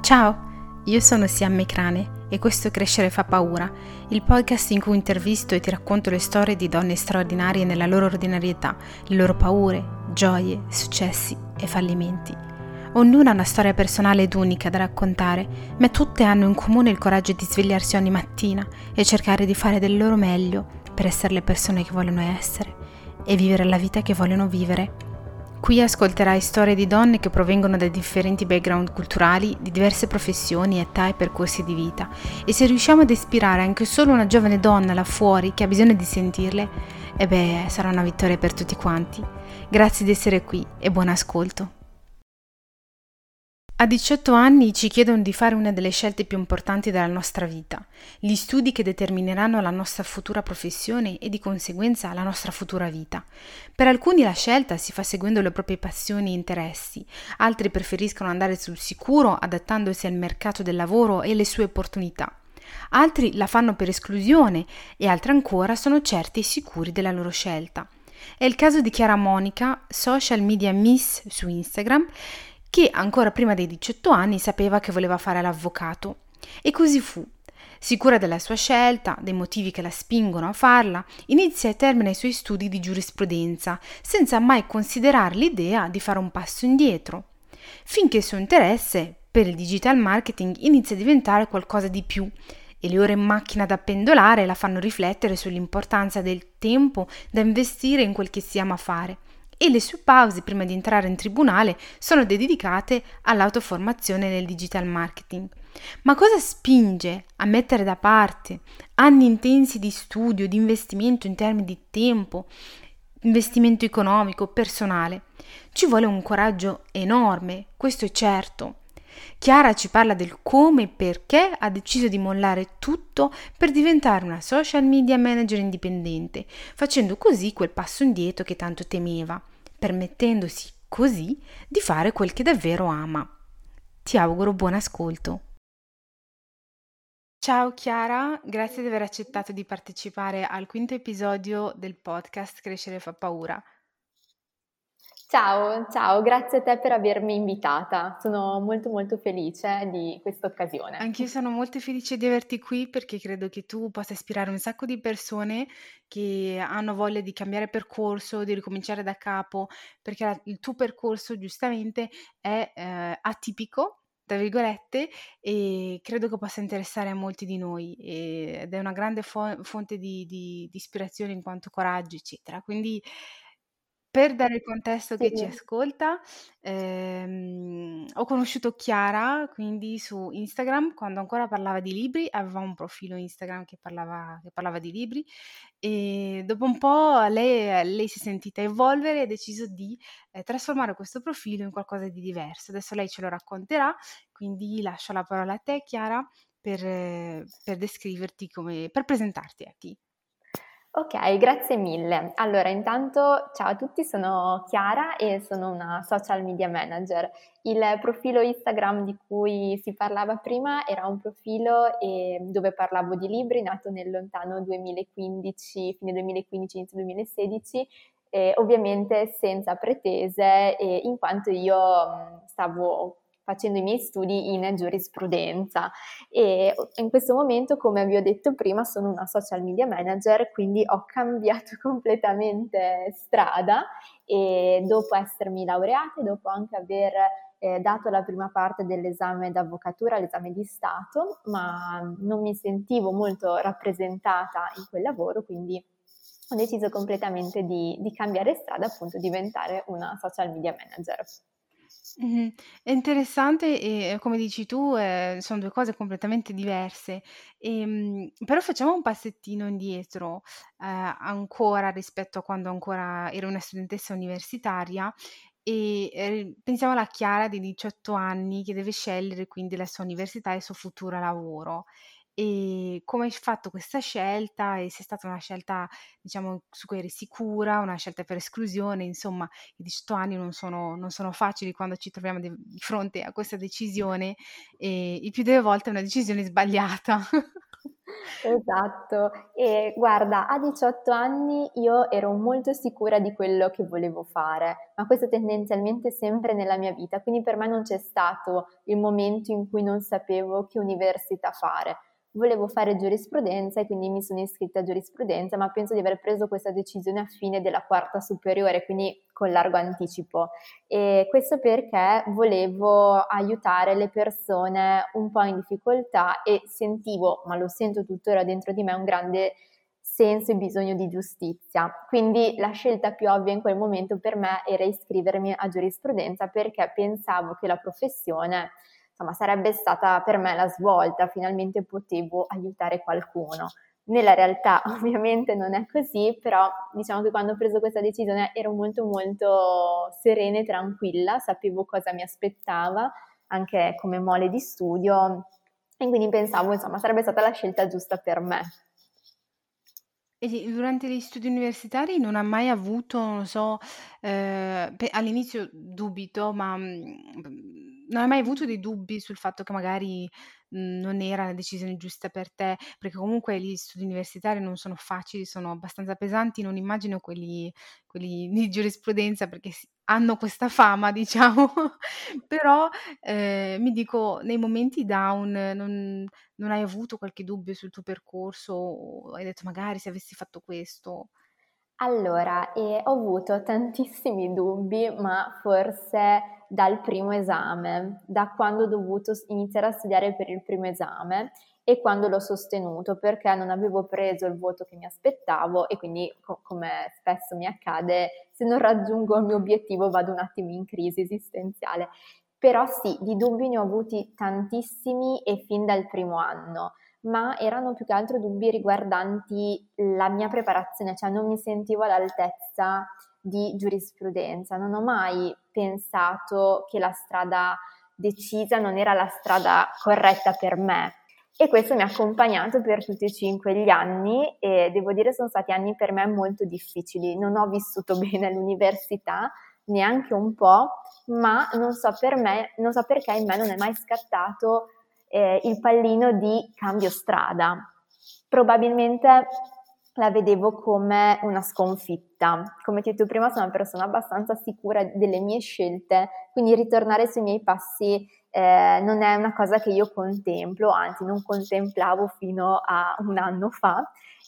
Ciao, io sono Siam Crane e questo è Crescere fa paura, il podcast in cui intervisto e ti racconto le storie di donne straordinarie nella loro ordinarietà, le loro paure, gioie, successi e fallimenti. Ognuna ha una storia personale ed unica da raccontare, ma tutte hanno in comune il coraggio di svegliarsi ogni mattina e cercare di fare del loro meglio per essere le persone che vogliono essere e vivere la vita che vogliono vivere. Qui ascolterai storie di donne che provengono da differenti background culturali, di diverse professioni, età e percorsi di vita. E se riusciamo ad ispirare anche solo una giovane donna là fuori che ha bisogno di sentirle, sarà una vittoria per tutti quanti. Grazie di essere qui e buon ascolto. A 18 anni ci chiedono di fare una delle scelte più importanti della nostra vita, gli studi che determineranno la nostra futura professione e di conseguenza la nostra futura vita. Per alcuni la scelta si fa seguendo le proprie passioni e interessi, altri preferiscono andare sul sicuro adattandosi al mercato del lavoro e alle sue opportunità. Altri la fanno per esclusione e altri ancora sono certi e sicuri della loro scelta. È il caso di Chiara Monica, social media miss su Instagram, che ancora prima dei 18 anni sapeva che voleva fare l'avvocato. E così fu. Sicura della sua scelta, dei motivi che la spingono a farla, inizia e termina i suoi studi di giurisprudenza, senza mai considerare l'idea di fare un passo indietro, finché il suo interesse per il digital marketing inizia a diventare qualcosa di più e le ore in macchina da pendolare la fanno riflettere sull'importanza del tempo da investire in quel che si ama fare. E le sue pause prima di entrare in tribunale sono dedicate all'autoformazione nel digital marketing. Ma cosa spinge a mettere da parte anni intensi di studio, di investimento in termini di tempo, investimento economico, personale? Ci vuole un coraggio enorme, questo è certo. Chiara ci parla del come e perché ha deciso di mollare tutto per diventare una social media manager indipendente, facendo così quel passo indietro che tanto temeva, permettendosi così di fare quel che davvero ama. Ti auguro buon ascolto. Ciao Chiara, grazie di aver accettato di partecipare al quinto episodio del podcast Crescere fa paura. Ciao, grazie a te per avermi invitata. Sono molto felice di questa occasione. Anch'io sono molto felice di averti qui perché credo che tu possa ispirare un sacco di persone che hanno voglia di cambiare percorso, di ricominciare da capo, perché il tuo percorso giustamente è atipico, tra virgolette, e credo che possa interessare a molti di noi ed è una grande fonte di ispirazione in quanto coraggio, eccetera. Quindi per dare il contesto a Sì. chi ci ascolta, ho conosciuto Chiara, quindi su Instagram, quando ancora parlava di libri, aveva un profilo Instagram che parlava di libri e dopo un po' lei si è sentita evolvere e ha deciso di trasformare questo profilo in qualcosa di diverso. Adesso lei ce lo racconterà, quindi lascio la parola a te, Chiara, per descriverti per presentarti a chi. Ok, grazie mille. Allora, intanto ciao a tutti, sono Chiara e sono una social media manager. Il profilo Instagram di cui si parlava prima era un profilo dove parlavo di libri, nato nel lontano 2015, fine 2015, inizio 2016, ovviamente senza pretese, in quanto io stavo facendo i miei studi in giurisprudenza. E in questo momento, come vi ho detto prima, sono una social media manager, quindi ho cambiato completamente strada e dopo essermi laureata, dopo anche aver dato la prima parte dell'esame d'avvocatura, l'esame di Stato, ma non mi sentivo molto rappresentata in quel lavoro, quindi ho deciso completamente di cambiare strada, appunto diventare una social media manager. Mh-mh. È interessante e, come dici tu, son 2 cose completamente diverse. Però facciamo un passettino indietro, ancora rispetto a quando ancora eri una studentessa universitaria e, pensiamo alla Chiara di 18 anni che deve scegliere quindi la sua università e il suo futuro lavoro. Come hai fatto questa scelta e se è stata una scelta, diciamo, su cui eri sicura, una scelta per esclusione, insomma i 18 anni non sono facili quando ci troviamo di fronte a questa decisione e il più delle volte è una decisione sbagliata. Esatto. E guarda, a 18 anni io ero molto sicura di quello che volevo fare, ma questo tendenzialmente sempre nella mia vita, quindi per me non c'è stato il momento in cui non sapevo che università fare. Volevo fare giurisprudenza e quindi mi sono iscritta a giurisprudenza, ma penso di aver preso questa decisione a fine della quarta superiore, quindi con largo anticipo. E questo perché volevo aiutare le persone un po' in difficoltà e sentivo, ma lo sento tuttora dentro di me, un grande senso e bisogno di giustizia. Quindi la scelta più ovvia in quel momento per me era iscrivermi a giurisprudenza perché pensavo che la professione, insomma, sarebbe stata per me la svolta, finalmente potevo aiutare qualcuno. Nella realtà ovviamente non è così, però diciamo che quando ho preso questa decisione ero molto molto serena e tranquilla, sapevo cosa mi aspettava, anche come mole di studio, e quindi pensavo, insomma, sarebbe stata la scelta giusta per me. Durante gli studi universitari non ha mai avuto, non lo so, pe all'inizio dubito, ma, non hai mai avuto dei dubbi sul fatto che magari, non era la decisione giusta per te? Perché comunque gli studi universitari non sono facili, sono abbastanza pesanti, non immagino quelli di giurisprudenza perché hanno questa fama diciamo, però, mi dico nei momenti down non hai avuto qualche dubbio sul tuo percorso o hai detto: "Magari se avessi fatto questo". Allora, ho avuto tantissimi dubbi, ma forse dal primo esame, da quando ho dovuto iniziare a studiare per il primo esame e quando l'ho sostenuto, perché non avevo preso il voto che mi aspettavo e quindi, come spesso mi accade, se non raggiungo il mio obiettivo vado un attimo in crisi esistenziale. Però sì, di dubbi ne ho avuti tantissimi e fin dal primo anno, ma erano più che altro dubbi riguardanti la mia preparazione, cioè non mi sentivo all'altezza di giurisprudenza, non ho mai pensato che la strada decisa non era la strada corretta per me. E questo mi ha accompagnato per tutti e 5 gli anni e devo dire sono stati anni per me molto difficili. Non ho vissuto bene l'università, neanche un po', ma non so per me, non so perché in me non è mai scattato il pallino di cambio strada. Probabilmente la vedevo come una sconfitta. Come ti ho detto prima, sono una persona abbastanza sicura delle mie scelte, quindi ritornare sui miei passi non è una cosa che io contemplo, anzi non contemplavo fino a un anno fa.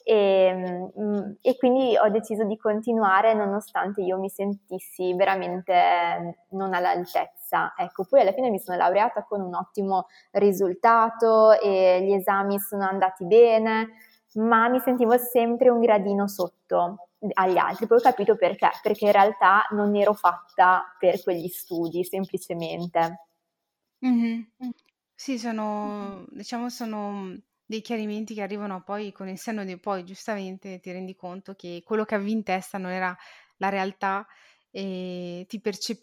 E quindi ho deciso di continuare nonostante io mi sentissi veramente non all'altezza. Ecco, poi alla fine mi sono laureata con un ottimo risultato e gli esami sono andati bene, ma mi sentivo sempre un gradino sotto agli altri. Poi ho capito perché in realtà non ero fatta per quegli studi, semplicemente. Mh-mh. Sì, sono diciamo sono, dei chiarimenti che arrivano poi con il senno di poi, giustamente ti rendi conto che quello che avevi in testa non era la realtà e ti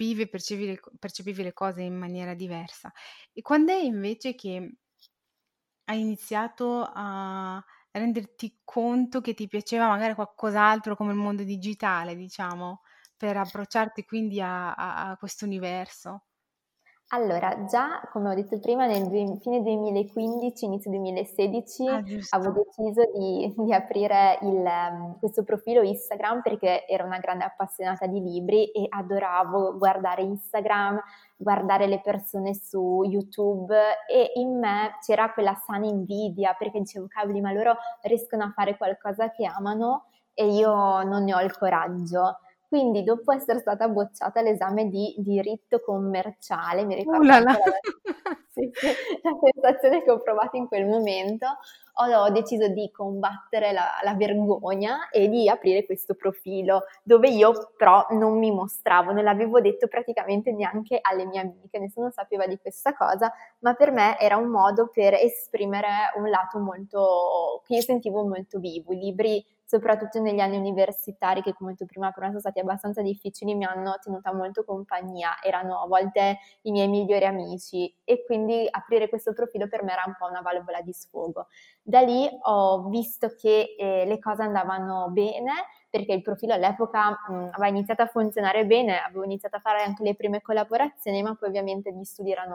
percepivi le cose in maniera diversa. E quand'è invece che hai iniziato a renderti conto che ti piaceva magari qualcos'altro come il mondo digitale, diciamo, per approcciarti quindi a questo universo? Allora, già come ho detto prima, fine 2015, inizio 2016, Ah, avevo giusto. deciso di aprire questo profilo Instagram perché ero una grande appassionata di libri e adoravo guardare Instagram, guardare le persone su YouTube e in me c'era quella sana invidia perché dicevo, cavoli, ma loro riescono a fare qualcosa che amano e io non ne ho il coraggio. Quindi dopo essere stata bocciata all'esame di diritto commerciale, mi ricordo Là là. ancora sì, sì, la sensazione che ho provato in quel momento, ho deciso di combattere la vergogna e di aprire questo profilo dove io però non mi mostravo, non l'avevo detto praticamente neanche alle mie amiche, nessuno sapeva di questa cosa, ma per me era un modo per esprimere un lato molto, che io sentivo molto vivo. I libri soprattutto negli anni universitari, che come ho detto prima per me sono stati abbastanza difficili, mi hanno tenuta molto compagnia, erano a volte i miei migliori amici e quindi aprire questo profilo per me era un po' una valvola di sfogo. Da lì ho visto che le cose andavano bene perché il profilo all'epoca aveva iniziato a funzionare bene, avevo iniziato a fare anche le prime collaborazioni, ma poi ovviamente gli studi erano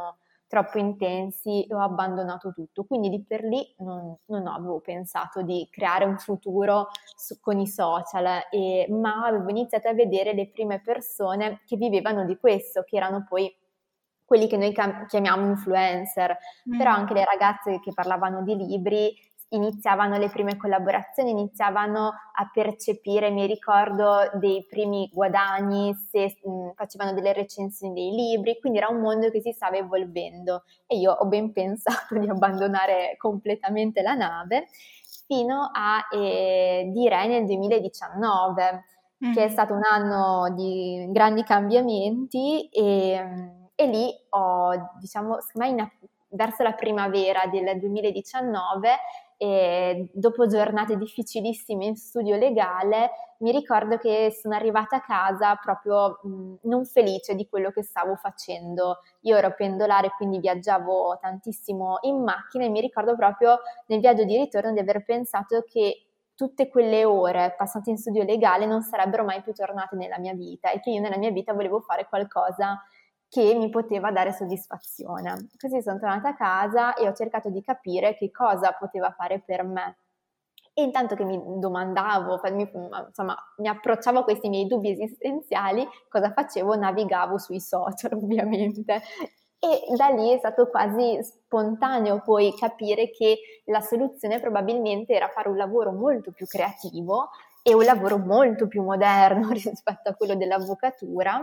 troppo intensi e ho abbandonato tutto. Quindi lì per lì non avevo pensato di creare un futuro con i social, ma avevo iniziato a vedere le prime persone che vivevano di questo, che erano poi quelli che noi chiamiamo influencer, però Mm. anche le ragazze che parlavano di libri iniziavano le prime collaborazioni, iniziavano a percepire, mi ricordo, dei primi guadagni se facevano delle recensioni dei libri, quindi era un mondo che si stava evolvendo e io ho ben pensato di abbandonare completamente la nave fino a direi nel 2019, che è Mhm. stato un anno di grandi cambiamenti e lì ho, diciamo, secondo me verso la primavera del 2019, dopo giornate difficilissime in studio legale, mi ricordo che sono arrivata a casa proprio non felice di quello che stavo facendo. Io ero pendolare, quindi viaggiavo tantissimo in macchina e mi ricordo proprio nel viaggio di ritorno di aver pensato che tutte quelle ore passate in studio legale non sarebbero mai più tornate nella mia vita e che io nella mia vita volevo fare qualcosa che mi poteva dare soddisfazione. Così sono tornata a casa e ho cercato di capire che cosa poteva fare per me. E intanto che mi domandavo, insomma, mi approcciavo a questi miei dubbi esistenziali, cosa facevo? Navigavo sui social, ovviamente. E da lì è stato quasi spontaneo poi capire che la soluzione probabilmente era fare un lavoro molto più creativo e un lavoro molto più moderno rispetto a quello dell'avvocatura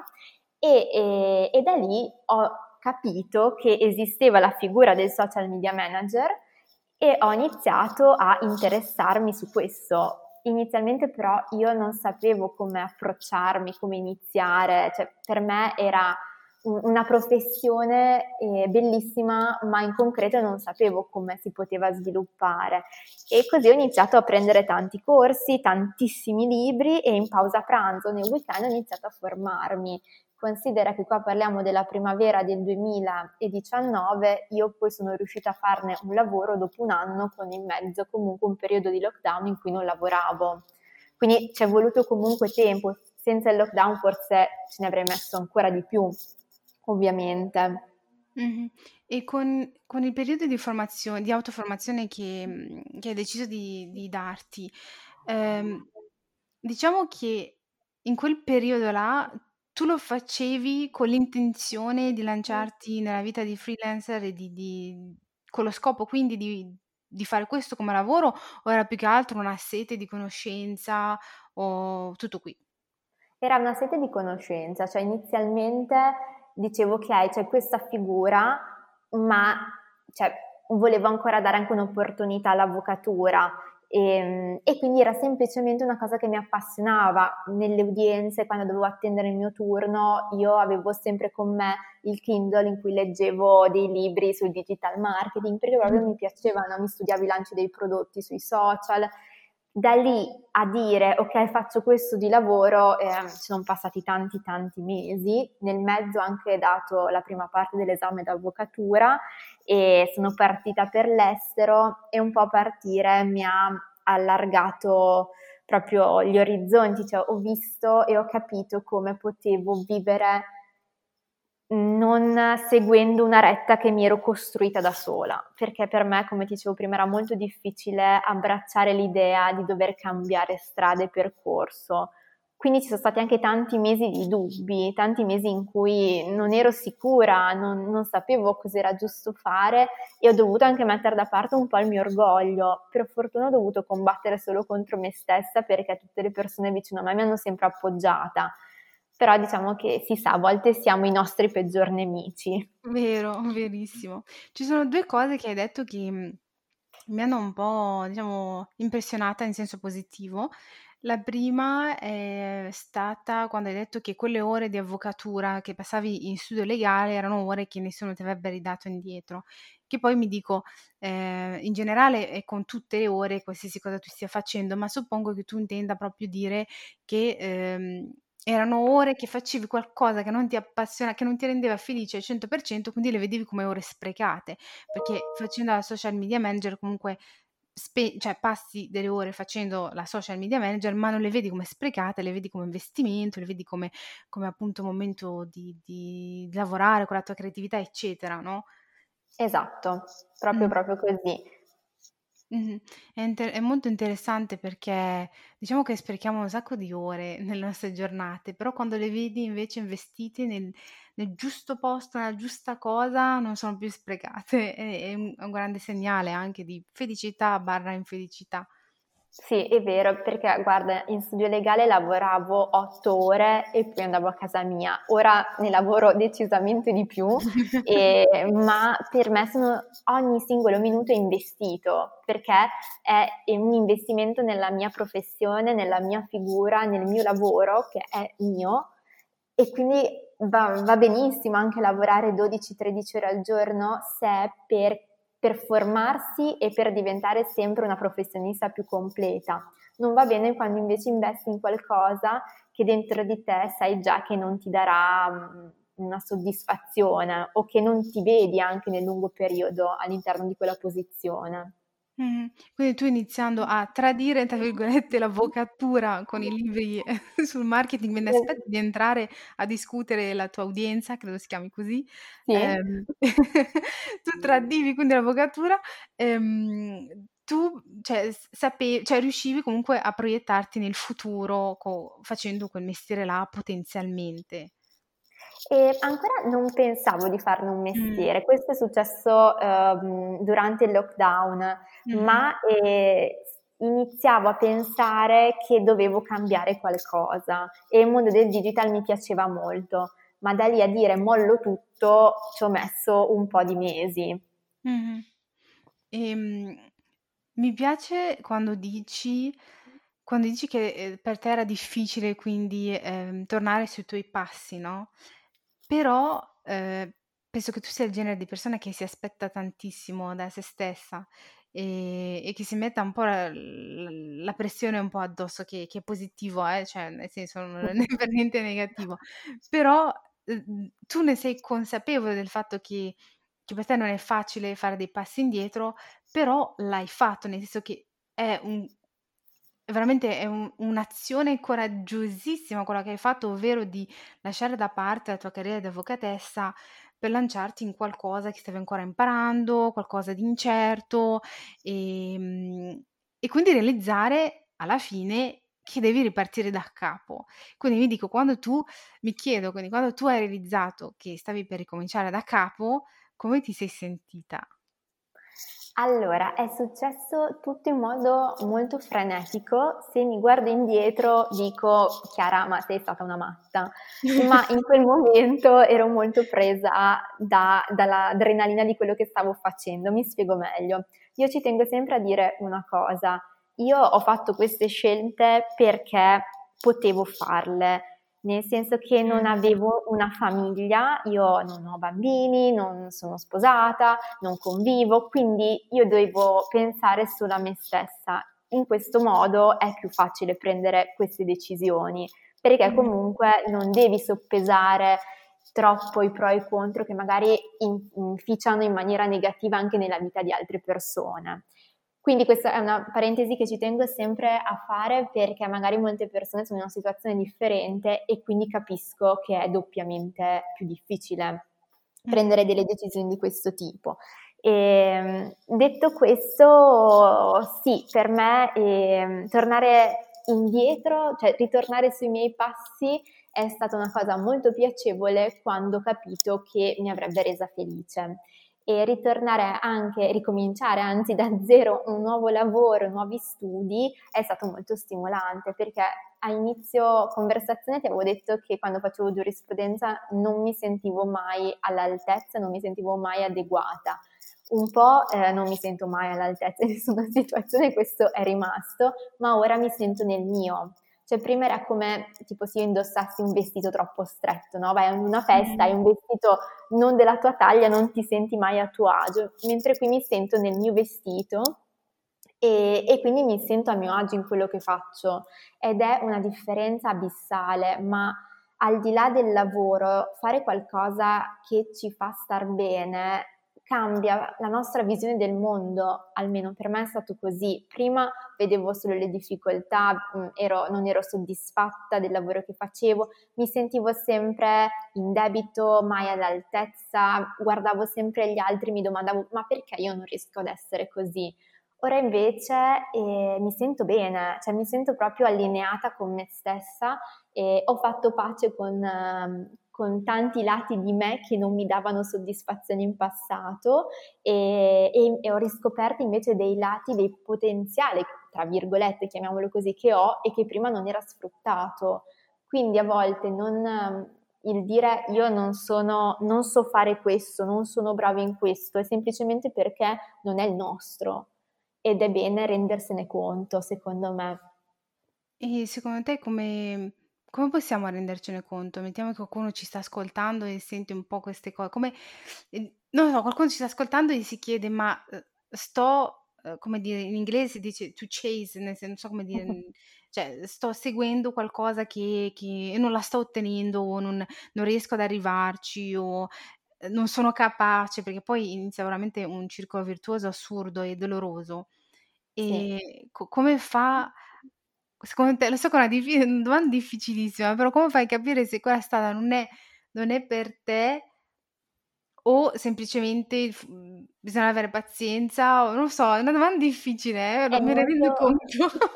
e da lì ho capito che esisteva la figura del social media manager e ho iniziato a interessarmi su questo. Inizialmente però io non sapevo come approcciarmi, come iniziare, cioè per me era una professione bellissima, ma in concreto non sapevo come si poteva sviluppare. E così ho iniziato a prendere tanti corsi, tantissimi libri e in pausa pranzo, nel weekend, ho iniziato a formarmi. Considera che qua parliamo della primavera del 2019, io poi sono riuscita a farne un lavoro dopo un anno con in mezzo comunque un periodo di lockdown in cui non lavoravo. Quindi ci è voluto comunque tempo, senza il lockdown forse ce ne avrei messo ancora di più, ovviamente. Mhm. E con il periodo di formazione, di autoformazione che hai deciso di darti, ehm, diciamo che in quel periodo là tu lo facevi con l'intenzione di lanciarti nella vita di freelancer e con lo scopo quindi di fare questo come lavoro, o era più che altro una sete di conoscenza o tutto qui? Era una sete di conoscenza, cioè inizialmente dicevo ok, c'è questa figura, ma cioè, volevo ancora dare anche un'opportunità all'avvocatura e quindi era semplicemente una cosa che mi appassionava. Nelle udienze, quando dovevo attendere il mio turno, io avevo sempre con me il Kindle in cui leggevo dei libri sul digital marketing, perché proprio mi piacevano, mi studiavo i lanci dei prodotti sui social. Da lì a dire ok, faccio questo di lavoro, ci sono passati tanti tanti mesi, nel mezzo ho anche dato la prima parte dell'esame d'avvocatura e sono partita per l'estero e un po' partire mi ha allargato proprio gli orizzonti, cioè ho visto e ho capito come potevo vivere non seguendo una retta che mi ero costruita da sola, perché per me, come ti dicevo prima, era molto difficile abbracciare l'idea di dover cambiare strada e percorso. Quindi ci sono stati anche tanti mesi di dubbi, tanti mesi in cui non ero sicura, non sapevo cosa era giusto fare e ho dovuto anche mettere da parte un po' il mio orgoglio. Per fortuna ho dovuto combattere solo contro me stessa perché tutte le persone vicino a me mi hanno sempre appoggiata. Però diciamo che si sa, a volte siamo i nostri peggior nemici. Vero, verissimo. Ci sono 2 cose che hai detto che, mi hanno un po', diciamo, impressionata in senso positivo. La prima è stata quando hai detto che quelle ore di avvocatura che passavi in studio legale erano ore che nessuno ti avrebbe ridato indietro. Che poi mi dico, in generale e con tutte le ore, qualsiasi cosa tu stia facendo, ma suppongo che tu intenda proprio dire che, erano ore che facevi qualcosa che non ti appassiona che non ti rendeva felice al 100%, quindi le vedevi come ore sprecate, perché facendo la social media manager comunque cioè passi delle ore facendo la social media manager, ma non le vedi come sprecate, le vedi come investimento, le vedi come appunto momento di lavorare con la tua creatività, eccetera, no? Esatto, proprio, Mm. proprio così. Mhm. È molto interessante perché diciamo che sprechiamo un sacco di ore nelle nostre giornate, però quando le vedi invece investite nel giusto posto, nella giusta cosa, non sono più sprecate. È un grande segnale anche di felicità barra infelicità. Sì, è vero, perché guarda, in studio legale lavoravo 8 ore e poi andavo a casa mia. Ora ne lavoro decisamente di più, ma per me ogni singolo minuto è investito, perché è un investimento nella mia professione, nella mia figura, nel mio lavoro, che è mio, e quindi va benissimo anche lavorare 12-13 ore al giorno se è per formarsi e per diventare sempre una professionista più completa. Non va bene quando invece investi in qualcosa che dentro di te sai già che non ti darà una soddisfazione o che non ti vedi anche nel lungo periodo all'interno di quella posizione. Quindi tu iniziando a "tradire" tra virgolette l'avvocatura con i libri sul marketing, me ne aspetti di entrare a discutere la tua udienza, credo si chiami così, Sì. tu tradivi quindi l'avvocatura, tu cioè cioè riuscivi comunque a proiettarti nel futuro facendo quel mestiere là potenzialmente. E ancora non pensavo di farne un Mh. mestiere, questo è successo durante il lockdown, Mh-mh. ma iniziavo a pensare che dovevo cambiare qualcosa e il mondo del digital mi piaceva molto, ma da lì a dire mollo tutto ci ho messo un po' di mesi. Mh-mh. Ehm, Mi piace quando dici che, per te era difficile quindi, tornare sui tuoi passi, no, però, penso che tu sia il genere di persona che si aspetta tantissimo da se stessa, e che si metta un po' la pressione un po' addosso, che è positivo, cioè nel senso non è per niente negativo. Però, tu ne sei consapevole del fatto che per te non è facile fare dei passi indietro, però l'hai fatto, nel senso che è un veramente è un'azione coraggiosissima quella che hai fatto, ovvero di lasciare da parte la tua carriera di avvocatessa per lanciarti in qualcosa che stavi ancora imparando, qualcosa di incerto, ehm, e quindi realizzare alla fine che devi ripartire da capo. Quindi mi chiedo, quindi quando tu hai realizzato che stavi per ricominciare da capo, come ti sei sentita? Allora, è successo tutto in modo molto frenetico. Se mi guardo indietro dico, Chiara, ma sei stata una matta. Ma in quel momento ero molto presa dall'adrenalina di quello che stavo facendo. Mi spiego meglio. Io ci tengo sempre a dire una cosa. Io ho fatto queste scelte perché potevo farle, nel senso che non Mh, avevo una famiglia, io non ho bambini, non sono sposata, non convivo, quindi io dovevo pensare solo a me stessa. In questo modo è più facile prendere queste decisioni, perché mh, comunque non devi soppesare troppo i pro e i contro che magari inficiano in maniera negativa anche nella vita di altre persone. Quindi questa è una parentesi che ci tengo sempre a fare perché magari molte persone sono in una situazione differente e quindi capisco che è doppiamente più difficile mh-mh. prendere delle decisioni di questo tipo. Detto questo, sì, per me tornare indietro, cioè ritornare sui miei passi è stata una cosa molto piacevole quando ho capito che mi avrebbe resa felice e ricominciare anzi da zero un nuovo lavoro, nuovi studi è stato molto stimolante perché a inizio conversazione ti avevo detto che quando facevo giurisprudenza non mi sentivo mai all'altezza, non mi sentivo mai adeguata. Un po' non mi sento mai all'altezza in nessuna situazione, questo è rimasto, ma ora mi sento nel mio. Cioè prima era come tipo se io indossassi un vestito troppo stretto, no? Vai a una festa, hai Mh. un vestito non della tua taglia, non ti senti mai a tuo agio, mentre qui mi sento nel mio vestito e quindi mi sento a mio agio in quello che faccio ed è una differenza abissale, ma al di là del lavoro, fare qualcosa che ci fa star bene cambia la nostra visione del mondo, almeno per me è stato così. Prima vedevo solo le difficoltà, non ero soddisfatta del lavoro che facevo, mi sentivo sempre in debito, mai all'altezza, guardavo sempre gli altri, mi domandavo ma perché io non riesco ad essere così? Ora invece mi sento bene, cioè mi sento proprio allineata con me stessa e ho fatto pace con tanti lati di me che non mi davano soddisfazione in passato e ho riscoperto invece dei lati, dei potenziali, tra virgolette, chiamiamolo così, che ho e che prima non era sfruttato. Quindi a volte il dire io non so fare questo, non sono bravo in questo, è semplicemente perché non è il nostro ed è bene rendersene conto, secondo me. E secondo te come possiamo rendercene conto? Mettiamo che qualcuno ci sta ascoltando e sente un po' queste cose, come non lo so, qualcuno ci sta ascoltando e si chiede: "Ma, come dire, in inglese si dice to chase, nel sen non so come dire, cioè sto seguendo qualcosa che e non la sto ottenendo o non riesco ad arrivarci o, non sono capace", perché poi inizia veramente un circolo virtuoso assurdo e doloroso. Sì. Come fa secondo te lo so che è una domanda difficilissima, però come fai a capire se quella strada non è per te o semplicemente bisogna avere pazienza o non lo so, è una domanda difficile È lo me ne rendo molto conto.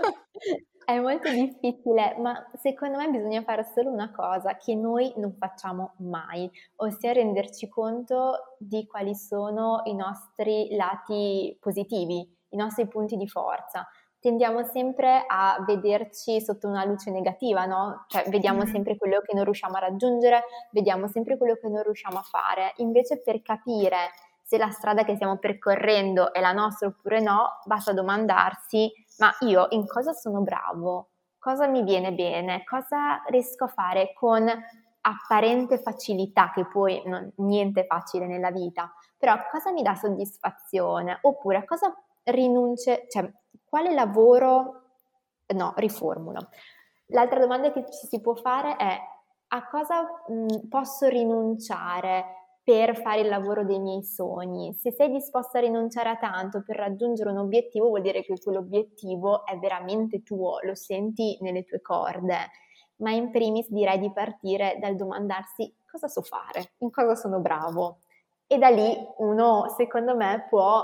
è molto difficile, ma secondo me bisogna fare solo una cosa che noi non facciamo mai, ossia renderci conto di quali sono i nostri lati positivi, i nostri punti di forza. Tendiamo sempre a vederci sotto una luce negativa, no? Cioè vediamo Mh-mh. sempre quello che non riusciamo a raggiungere, vediamo sempre quello che non riusciamo a fare. Invece per capire se la strada che stiamo percorrendo è la nostra oppure no, basta domandarsi ma io in cosa sono bravo? Cosa mi viene bene? Cosa riesco a fare con apparente facilità, che poi niente è facile nella vita, però cosa mi dà soddisfazione? Oppure a cosa rinunce, cioè quale lavoro, no, riformulo. L'altra domanda che ci si può fare è a cosa posso rinunciare per fare il lavoro dei miei sogni? Se sei disposta a rinunciare a tanto per raggiungere un obiettivo, vuol dire che quell'obiettivo è veramente tuo, lo senti nelle tue corde. Ma in primis direi di partire dal domandarsi cosa so fare, in cosa sono bravo. E da lì uno, secondo me,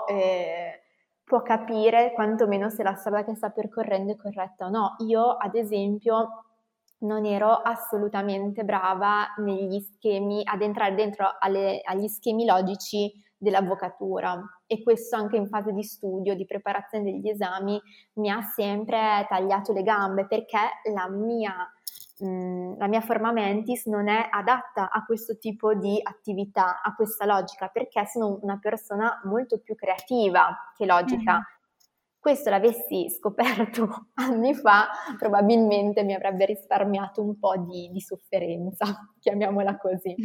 può capire quantomeno se la strada che sta percorrendo è corretta o no. Io, ad esempio, non ero assolutamente brava negli schemi, ad entrare dentro agli schemi logici dell'avvocatura e questo anche in fase di studio, di preparazione degli esami, mi ha sempre tagliato le gambe perché la mia forma mentis non è adatta a questo tipo di attività, a questa logica, perché sono una persona molto più creativa che logica. Mh-mh. Questo l'avessi scoperto anni fa, probabilmente mi avrebbe risparmiato un po' di sofferenza, chiamiamola così.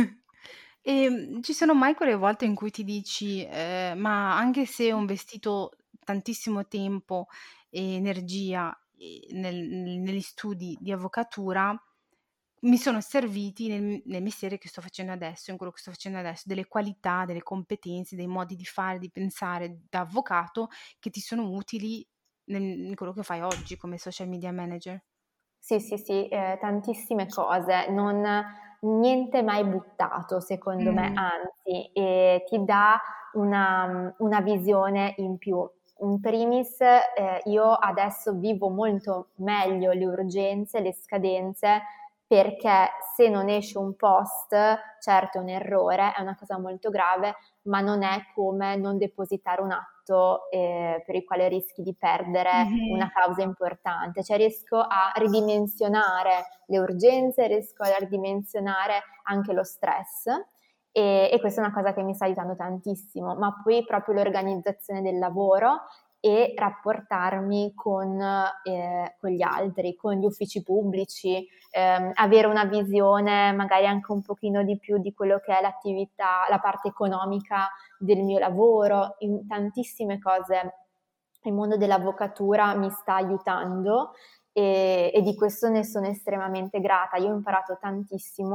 Ci sono mai quelle volte in cui ti dici: "Ma anche se ho investito tantissimo tempo e energia, negli studi di avvocatura, mi sono serviti nel mestiere che sto facendo adesso, in quello che sto facendo adesso, delle qualità, delle competenze, dei modi di fare, di pensare da avvocato che ti sono utili in quello che fai oggi come social media manager?" Sì, sì, sì, tantissime cose, niente mai buttato secondo me, Mh. anzi, ti dà una visione in più. In primis, io adesso vivo molto meglio le urgenze, le scadenze, perché se non esce un post, certo è un errore, è una cosa molto grave, ma non è come non depositare un atto, per il quale rischi di perdere Mh-mh. una causa importante, cioè riesco a ridimensionare le urgenze, riesco a ridimensionare anche lo stress e questa è una cosa che mi sta aiutando tantissimo, ma poi proprio l'organizzazione del lavoro e rapportarmi con gli altri, con gli uffici pubblici, avere una visione magari anche un pochino di più di quello che è l'attività, la parte economica del mio lavoro, in tantissime cose il mondo dell'avvocatura mi sta aiutando e di questo ne sono estremamente grata. Io ho imparato tantissimo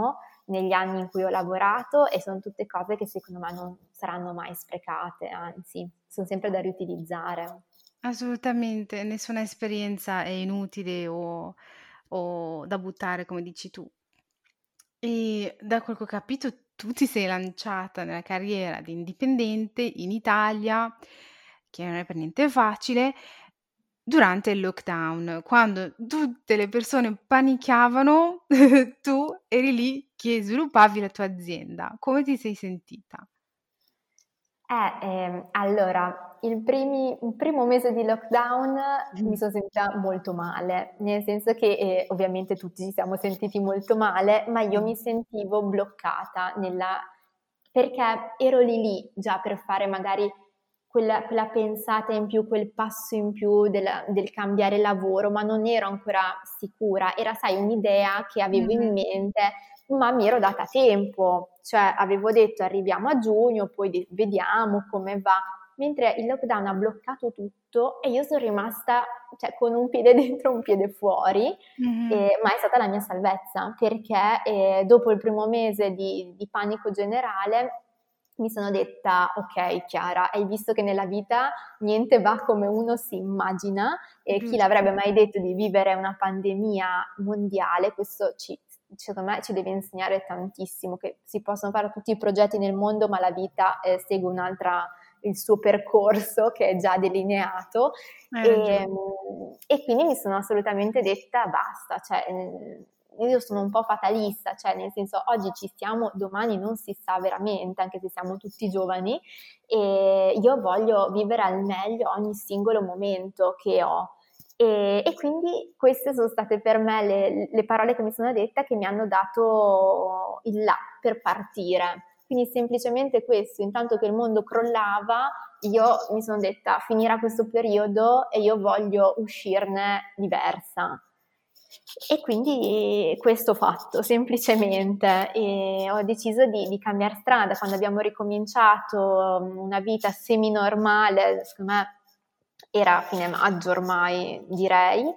negli anni in cui ho lavorato e sono tutte cose che secondo me non saranno mai sprecate, anzi, sono sempre da riutilizzare. Assolutamente, nessuna esperienza è inutile o da buttare, come dici tu. E da quel che ho capito tu ti sei lanciata nella carriera di indipendente in Italia, che non è per niente facile, durante il lockdown, quando tutte le persone panicavano, tu eri lì che sviluppavi la tua azienda. Come ti sei sentita? Allora, il primo mese di lockdown mi Mh. sono sentita molto male, nel senso che ovviamente tutti ci siamo sentiti molto male, ma io mi sentivo bloccata perché ero lì già per fare magari quella pensata in più, quel passo in più del cambiare lavoro, ma non ero ancora sicura. Era, sai, un'idea che avevo in Mh-mh. mente, ma mi ero data tempo, cioè avevo detto arriviamo a giugno, poi vediamo come va, mentre il lockdown ha bloccato tutto e io sono rimasta, cioè, con un piede dentro e un piede fuori, Mh-mh. ma è stata la mia salvezza perché dopo il primo mese di panico generale mi sono detta, ok Chiara, hai visto che nella vita niente va come uno si immagina e chi Giusto. l'avrebbe mai detto di vivere una pandemia mondiale, questo secondo me ci deve insegnare tantissimo, che si possono fare tutti i progetti nel mondo, ma la vita segue il suo percorso che è già delineato Hai e, ragione. e quindi mi sono assolutamente detta basta, cioè, io sono un po' fatalista, cioè nel senso oggi ci stiamo, domani non si sa veramente, anche se siamo tutti giovani, e io voglio vivere al meglio ogni singolo momento che ho. E quindi queste sono state per me le parole che mi sono dette che mi hanno dato il là per partire. Quindi semplicemente questo, intanto che il mondo crollava, io mi sono detta finirà questo periodo e io voglio uscirne diversa. E quindi questo ho fatto semplicemente e ho deciso di cambiare strada. Quando abbiamo ricominciato una vita semi-normale, secondo me era fine maggio ormai direi,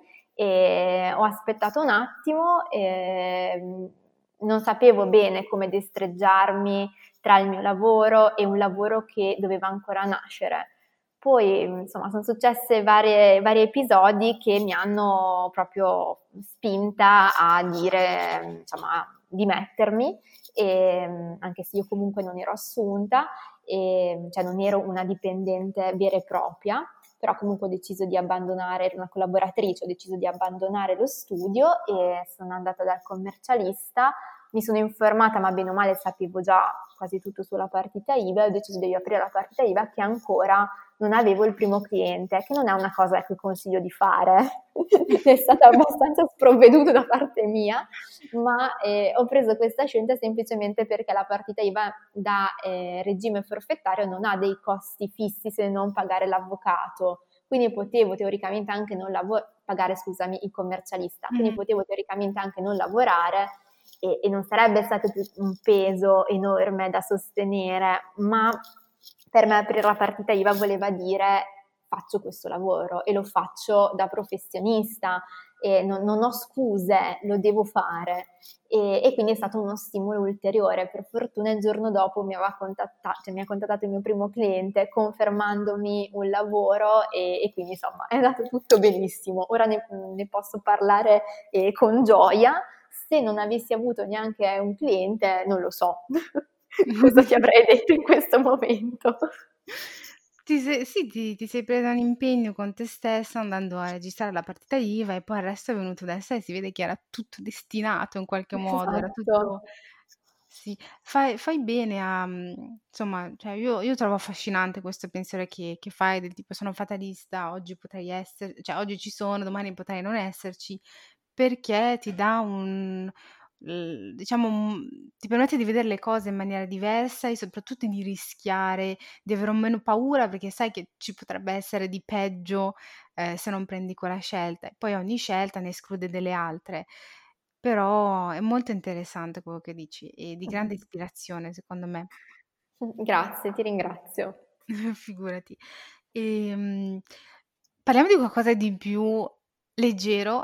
e ho aspettato un attimo e non sapevo bene come destreggiarmi tra il mio lavoro e un lavoro che doveva ancora nascere. Poi, insomma, sono successe vari episodi che mi hanno proprio spinta a dire, insomma, di mettermi, anche se io comunque non ero assunta, cioè non ero una dipendente vera e propria, però comunque ho deciso di abbandonare, ero una collaboratrice, ho deciso di abbandonare lo studio e sono andata dal commercialista, mi sono informata, ma bene o male sapevo già quasi tutto sulla partita IVA e ho deciso di aprire la partita IVA che ancora non avevo il primo cliente, che non è una cosa che consiglio di fare, è stata abbastanza sprovveduta da parte mia, ma ho preso questa scelta semplicemente perché la partita IVA da regime forfettario non ha dei costi fissi se non pagare l'avvocato, quindi potevo teoricamente anche non pagare, scusami, il commercialista, quindi Mh-mh. potevo teoricamente anche non lavorare e non sarebbe stato più un peso enorme da sostenere, ma per me aprire la partita IVA voleva dire faccio questo lavoro e lo faccio da professionista e non ho scuse, lo devo fare. E quindi è stato uno stimolo ulteriore. Per fortuna il giorno dopo mi ha contattato il mio primo cliente confermandomi un lavoro e quindi insomma è andato tutto benissimo. Ora ne posso parlare con gioia. Se non avessi avuto neanche un cliente, non lo so cosa ti avrei detto in questo momento. Ti sei presa un impegno con te stessa andando a registrare la partita IVA e poi il resto è venuto da sé, si vede che era tutto destinato in qualche modo, era Esatto. tutto sì. Fai bene a insomma, cioè io trovo affascinante questo pensiero che fai del tipo: "Sono fatalista, oggi potrei cioè oggi ci sono, domani potrei non esserci", perché ti dà diciamo ti permette di vedere le cose in maniera diversa e soprattutto di rischiare, di avere meno paura perché sai che ci potrebbe essere di peggio, se non prendi quella scelta e poi ogni scelta ne esclude delle altre. Però è molto interessante quello che dici e di grande ispirazione secondo me. Grazie, ti ringrazio. Figurati. Ehm, Parliamo di qualcosa di più leggero.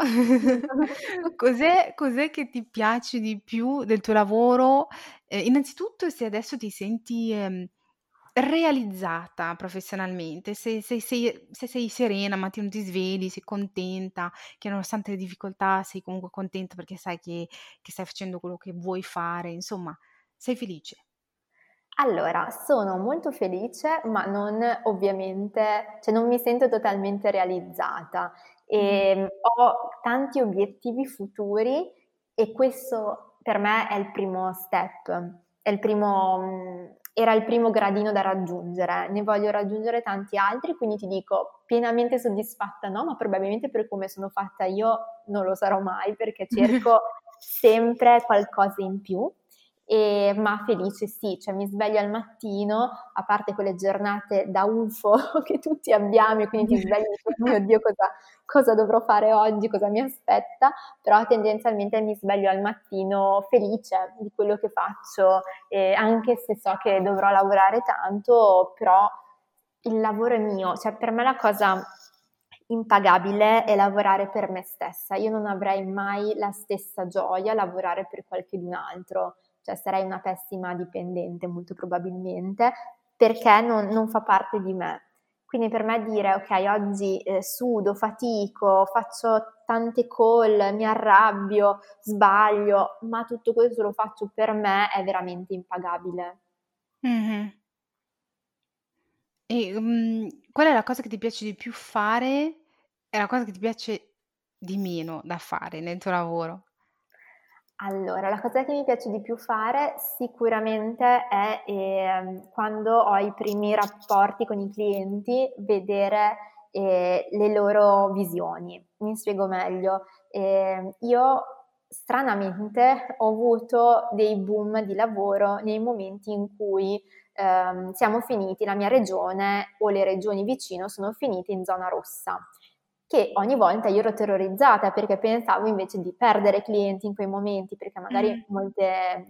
Cos'è che ti piace di più del tuo lavoro? Innanzitutto se adesso ti senti, realizzata professionalmente, se sei serena, al mattino ti svegli, sei contenta, che nonostante le difficoltà sei comunque contenta perché sai che stai facendo quello che vuoi fare, insomma, sei felice. Allora, sono molto felice, ma non ovviamente, cioè non mi sento totalmente realizzata. Mh. Ho tanti obiettivi futuri e questo per me è il primo step, è il primo, era il primo gradino da raggiungere. Ne voglio raggiungere tanti altri, quindi ti dico pienamente soddisfatta no, ma probabilmente per come sono fatta io non lo sarò mai perché cerco sempre qualcosa in più. Ma felice sì, cioè mi sveglio al mattino, a parte quelle giornate da UFO che tutti abbiamo e quindi ti svegli e dici, "Oh mio Dio, cosa dovrò fare oggi, cosa mi aspetta", però tendenzialmente mi sveglio al mattino felice di quello che faccio, anche se so che dovrò lavorare tanto, però il lavoro è mio, cioè per me la cosa impagabile è lavorare per me stessa. Io non avrei mai la stessa gioia a lavorare per qualcun altro, cioè sarei una pessima dipendente molto probabilmente, perché non fa parte di me. Quindi per me dire, ok, oggi sudo, fatico, faccio tante call, mi arrabbio, sbaglio, ma tutto questo lo faccio per me è veramente impagabile. Mh-mh. E, qual è la cosa che ti piace di più fare e la cosa che ti piace di meno da fare nel tuo lavoro? Allora, la cosa che mi piace di più fare sicuramente è, quando ho i primi rapporti con i clienti, vedere, le loro visioni. Mi spiego meglio: io stranamente ho avuto dei boom di lavoro nei momenti in cui, siamo finiti la mia regione o le regioni vicino sono finite in zona rossa. Che ogni volta io ero terrorizzata perché pensavo invece di perdere clienti in quei momenti, perché magari Mh. molte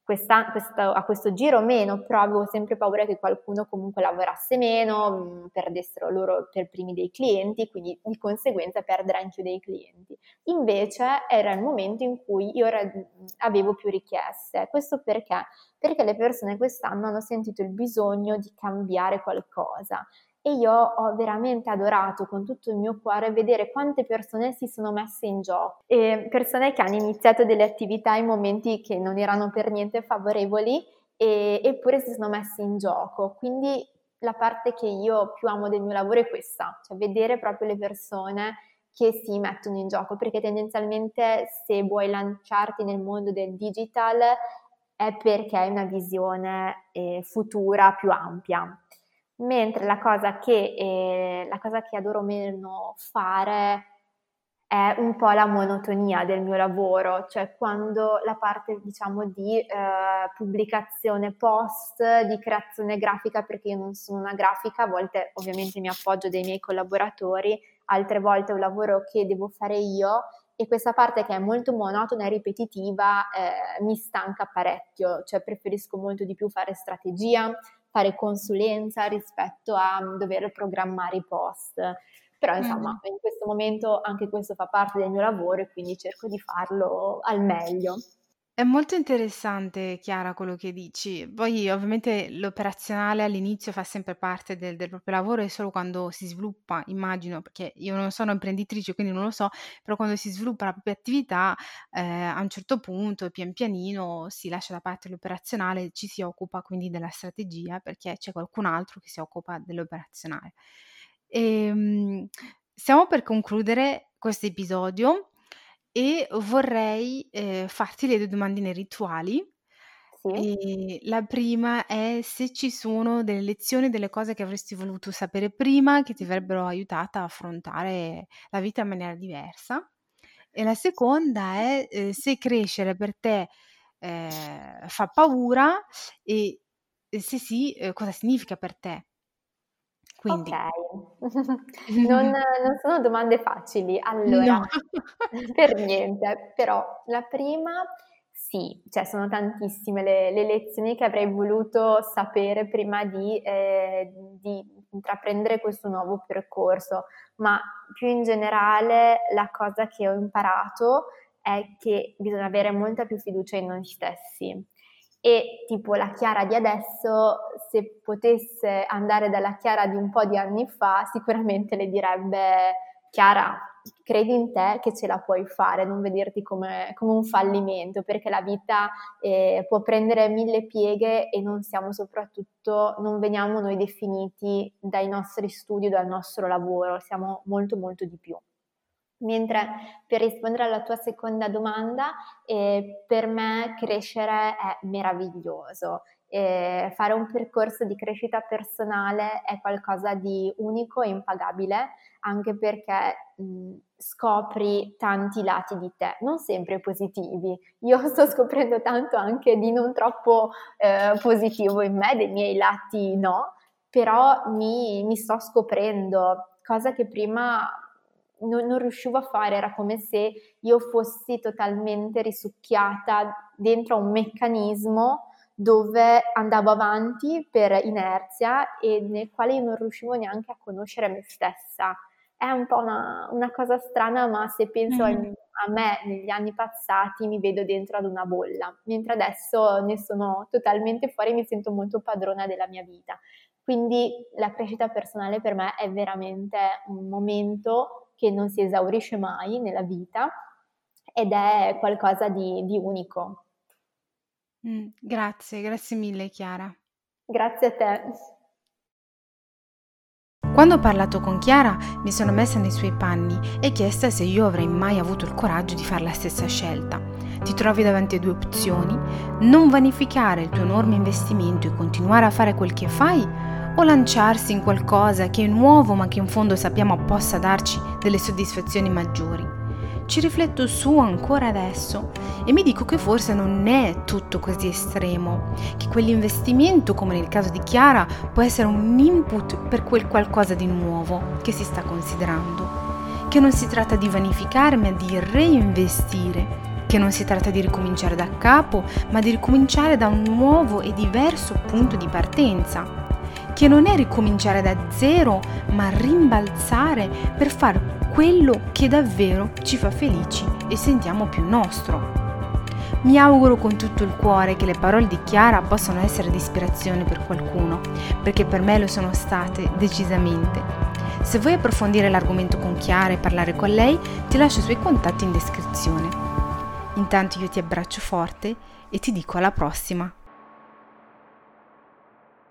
a questo giro meno, però avevo sempre paura che qualcuno comunque lavorasse meno, perdessero loro per primi dei clienti, quindi di conseguenza perdere anche dei clienti. Invece era il momento in cui avevo più richieste. Questo perché? Perché le persone quest'anno hanno sentito il bisogno di cambiare qualcosa e io ho veramente adorato con tutto il mio cuore vedere quante persone si sono messe in gioco e persone che hanno iniziato delle attività in momenti che non erano per niente favorevoli eppure si sono messe in gioco. Quindi la parte che io più amo del mio lavoro è questa, cioè vedere proprio le persone che si mettono in gioco, perché tendenzialmente se vuoi lanciarti nel mondo del digital è perché hai una visione futura più ampia. Mentre la cosa che adoro meno fare è un po' la monotonia del mio lavoro, cioè quando la parte diciamo di pubblicazione post, di creazione grafica, perché io non sono una grafica, a volte ovviamente mi appoggio dei miei collaboratori, altre volte è un lavoro che devo fare io e questa parte che è molto monotona e ripetitiva mi stanca parecchio, cioè preferisco molto di più fare strategia, fare consulenza rispetto a dover programmare i post. Però insomma, Mh. in questo momento anche questo fa parte del mio lavoro e quindi cerco di farlo al meglio. È molto interessante, Chiara, quello che dici. Poi ovviamente l'operazionale all'inizio fa sempre parte del proprio lavoro e solo quando si sviluppa, immagino, perché io non sono imprenditrice, quindi non lo so, però quando si sviluppa la propria attività, a un certo punto, pian pianino, si lascia da parte l'operazionale, ci si occupa quindi della strategia, perché c'è qualcun altro che si occupa dell'operazionale. Ehm, Stiamo per concludere questo episodio e vorrei, farti le 2 domandine rituali. Sì? La prima è se ci sono delle lezioni, delle cose che avresti voluto sapere prima, che ti avrebbero aiutata a affrontare la vita in maniera diversa. E la seconda è, se crescere per te, fa paura e se sì, cosa significa per te. Quindi Okay. Non sono domande facili. Allora, no. per niente, però la prima sì, cioè sono tantissime le lezioni che avrei voluto sapere prima di intraprendere questo nuovo percorso, ma più in generale la cosa che ho imparato è che bisogna avere molta più fiducia in noi stessi. E tipo la Chiara di adesso, se potesse andare dalla Chiara di un po' di anni fa, sicuramente le direbbe: Chiara, credi in te che ce la puoi fare, non vederti come un fallimento, perché la vita può prendere 1000 pieghe e non veniamo noi definiti dai nostri studi o dal nostro lavoro, siamo molto molto di più. Mentre per rispondere alla tua seconda domanda, per me crescere è meraviglioso. Fare un percorso di crescita personale è qualcosa di unico e impagabile, anche perché scopri tanti lati di te, non sempre positivi. Io sto scoprendo tanto anche di non troppo positivo in me, dei miei lati no, però mi sto scoprendo, cosa che prima non riuscivo a fare, era come se io fossi totalmente risucchiata dentro a un meccanismo dove andavo avanti per inerzia e nel quale io non riuscivo neanche a conoscere me stessa. È un po' una cosa strana, ma se penso a me negli anni passati mi vedo dentro ad una bolla, mentre adesso ne sono totalmente fuori e mi sento molto padrona della mia vita. Quindi la crescita personale per me è veramente un momento che non si esaurisce mai nella vita ed è qualcosa di unico. Grazie mille Chiara. Grazie a te. Quando ho parlato con Chiara mi sono messa nei suoi panni e chiesta se io avrei mai avuto il coraggio di fare la stessa scelta. Ti trovi davanti a 2 opzioni: non vanificare il tuo enorme investimento e continuare a fare quel che fai, o lanciarsi in qualcosa che è nuovo ma che in fondo sappiamo possa darci delle soddisfazioni maggiori. Ci rifletto su ancora adesso e mi dico che forse non è tutto così estremo, che quell'investimento, come nel caso di Chiara, può essere un input per quel qualcosa di nuovo che si sta considerando, che non si tratta di vanificare ma di reinvestire, che non si tratta di ricominciare da capo ma di ricominciare da un nuovo e diverso punto di partenza, che non è ricominciare da zero ma rimbalzare per fare quello che davvero ci fa felici e sentiamo più nostro. Mi auguro con tutto il cuore che le parole di Chiara possano essere di ispirazione per qualcuno, perché per me lo sono state decisamente. Se vuoi approfondire l'argomento con Chiara e parlare con lei, ti lascio i suoi contatti in descrizione. Intanto io ti abbraccio forte e ti dico alla prossima.